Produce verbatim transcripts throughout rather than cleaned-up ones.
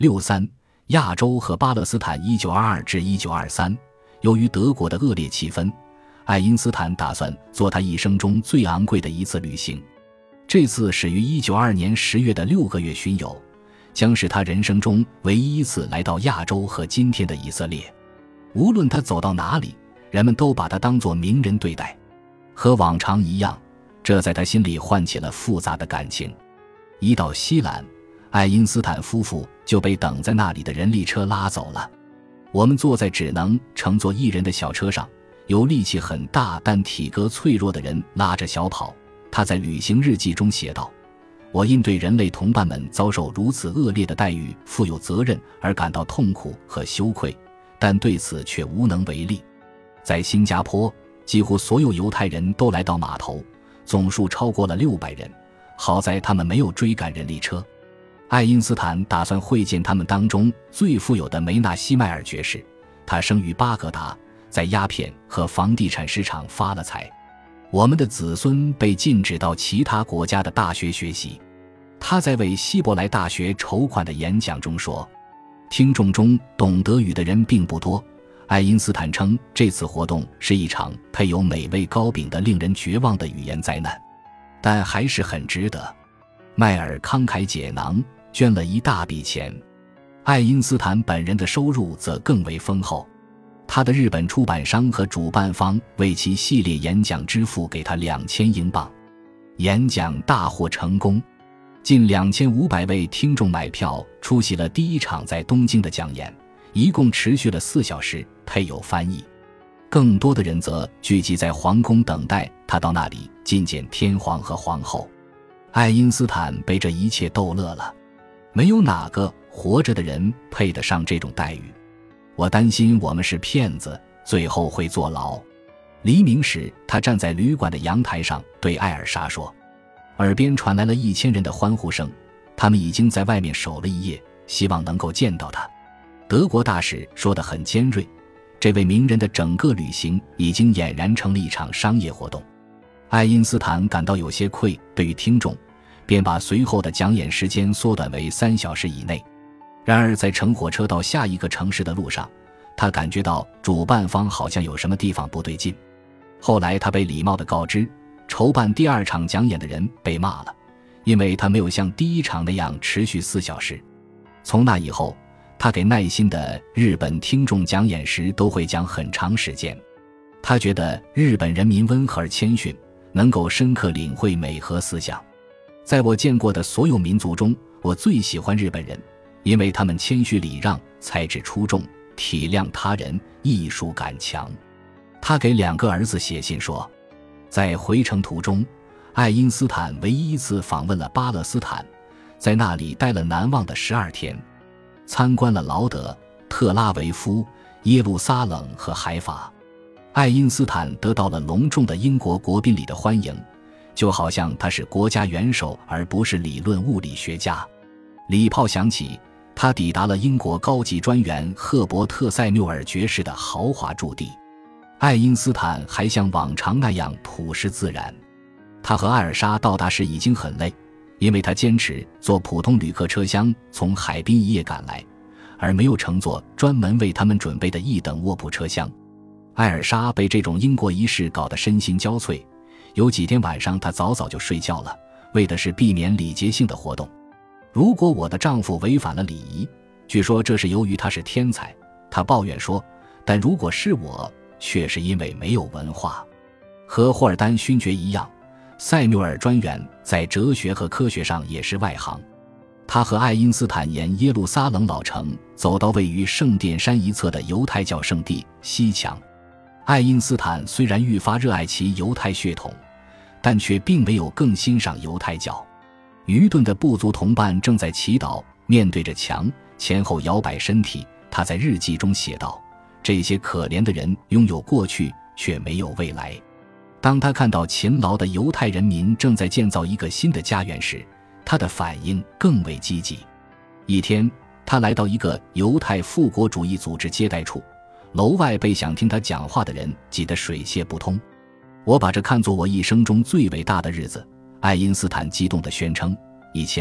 六三亚洲和巴勒斯坦一九二二至一九二三，由于德国的恶劣气氛，爱因斯坦打算做他一生中最昂贵的一次旅行。这次始于一九二二年十月的六个月巡游，将是他人生中唯一一次来到亚洲和今天的以色列。无论他走到哪里，人们都把他当作名人对待。和往常一样，这在他心里唤起了复杂的感情。一到西兰，爱因斯坦夫妇就被等在那里的人力车拉走了。我们坐在只能乘坐一人的小车上，由力气很大但体格脆弱的人拉着小跑。他在旅行日记中写道：我因对人类同伴们遭受如此恶劣的待遇负有责任而感到痛苦和羞愧，但对此却无能为力。在新加坡，几乎所有犹太人都来到码头，总数超过了六百人，好在他们没有追赶人力车。爱因斯坦打算会见他们当中最富有的梅纳西迈尔爵士，他生于巴格达，在鸦片和房地产市场发了财。我们的子孙被禁止到其他国家的大学学习。他在为希伯来大学筹款的演讲中说，听众中懂德语的人并不多。爱因斯坦称这次活动是一场配有美味糕饼的令人绝望的语言灾难，但还是很值得。迈尔慷慨解囊，捐了一大笔钱。爱因斯坦本人的收入则更为丰厚，他的日本出版商和主办方为其系列演讲支付给他两千英镑。演讲大获成功，近两千五百位听众买票出席了第一场在东京的讲演，一共持续了四小时，配有翻译。更多的人则聚集在皇宫等待他到那里觐见天皇和皇后。爱因斯坦被这一切逗乐了，没有哪个活着的人配得上这种待遇。我担心我们是骗子，最后会坐牢。黎明时，他站在旅馆的阳台上对艾尔莎说，耳边传来了一千人的欢呼声，他们已经在外面守了一夜，希望能够见到他。德国大使说得很尖锐，这位名人的整个旅行已经俨然成了一场商业活动。爱因斯坦感到有些愧对于听众，便把随后的讲演时间缩短为三小时以内。然而在乘火车到下一个城市的路上，他感觉到主办方好像有什么地方不对劲。后来他被礼貌地告知，筹办第二场讲演的人被骂了，因为他没有像第一场那样持续四小时。从那以后，他给耐心的日本听众讲演时都会讲很长时间。他觉得日本人民温和而谦逊，能够深刻领会美和思想。在我见过的所有民族中，我最喜欢日本人，因为他们谦虚礼让，才智出众，体谅他人，艺术感强。他给两个儿子写信说，在回程途中，爱因斯坦唯一一次访问了巴勒斯坦，在那里待了难忘的十二天，参观了劳德、特拉维夫、耶路撒冷和海法。爱因斯坦得到了隆重的英国国宾里的欢迎，就好像他是国家元首而不是理论物理学家。礼炮响起，他抵达了英国高级专员赫伯特·塞缪尔爵士的豪华驻地。爱因斯坦还像往常那样朴实自然。他和艾尔莎到达时已经很累，因为他坚持坐普通旅客车厢从海滨一夜赶来，而没有乘坐专门为他们准备的一等卧铺车厢。艾尔莎被这种英国仪式搞得身心交瘁，有几天晚上她早早就睡觉了，为的是避免礼节性的活动。如果我的丈夫违反了礼仪，据说这是由于他是天才，她抱怨说，但如果是我，却是因为没有文化。和霍尔丹勋爵一样，塞缪尔专员在哲学和科学上也是外行。他和爱因斯坦沿耶路撒冷老城走到位于圣殿山一侧的犹太教圣地西墙。爱因斯坦虽然愈发热爱其犹太血统，但却并没有更欣赏犹太教。愚钝的部族同伴正在祈祷，面对着墙，前后摇摆身体。他在日记中写道，这些可怜的人拥有过去，却没有未来。当他看到勤劳的犹太人民正在建造一个新的家园时，他的反应更为积极。一天，他来到一个犹太复国主义组织接待处，楼外被想听他讲话的人挤得水泄不通。我把这看作我一生中最伟大的日子，爱因斯坦激动地宣称。以前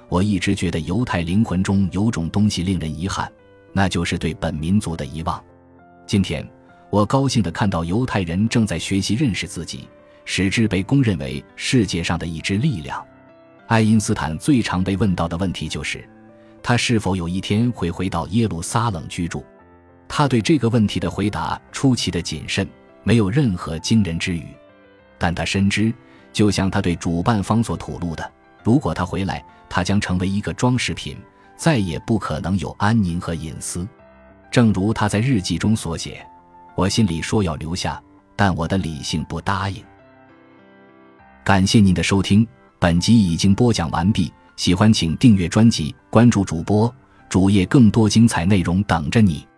我一直觉得犹太灵魂中有种东西令人遗憾，那就是对本民族的遗忘。今天我高兴地看到犹太人正在学习认识自己，使之被公认为世界上的一支力量。爱因斯坦最常被问到的问题就是他是否有一天会回到耶路撒冷居住。他对这个问题的回答出奇的谨慎，没有任何惊人之语。但他深知，就像他对主办方所吐露的，如果他回来，他将成为一个装饰品，再也不可能有安宁和隐私。正如他在日记中所写，我心里说要留下，但我的理性不答应。感谢您的收听，本集已经播讲完毕，喜欢请订阅专辑，关注主播，主页更多精彩内容等着你。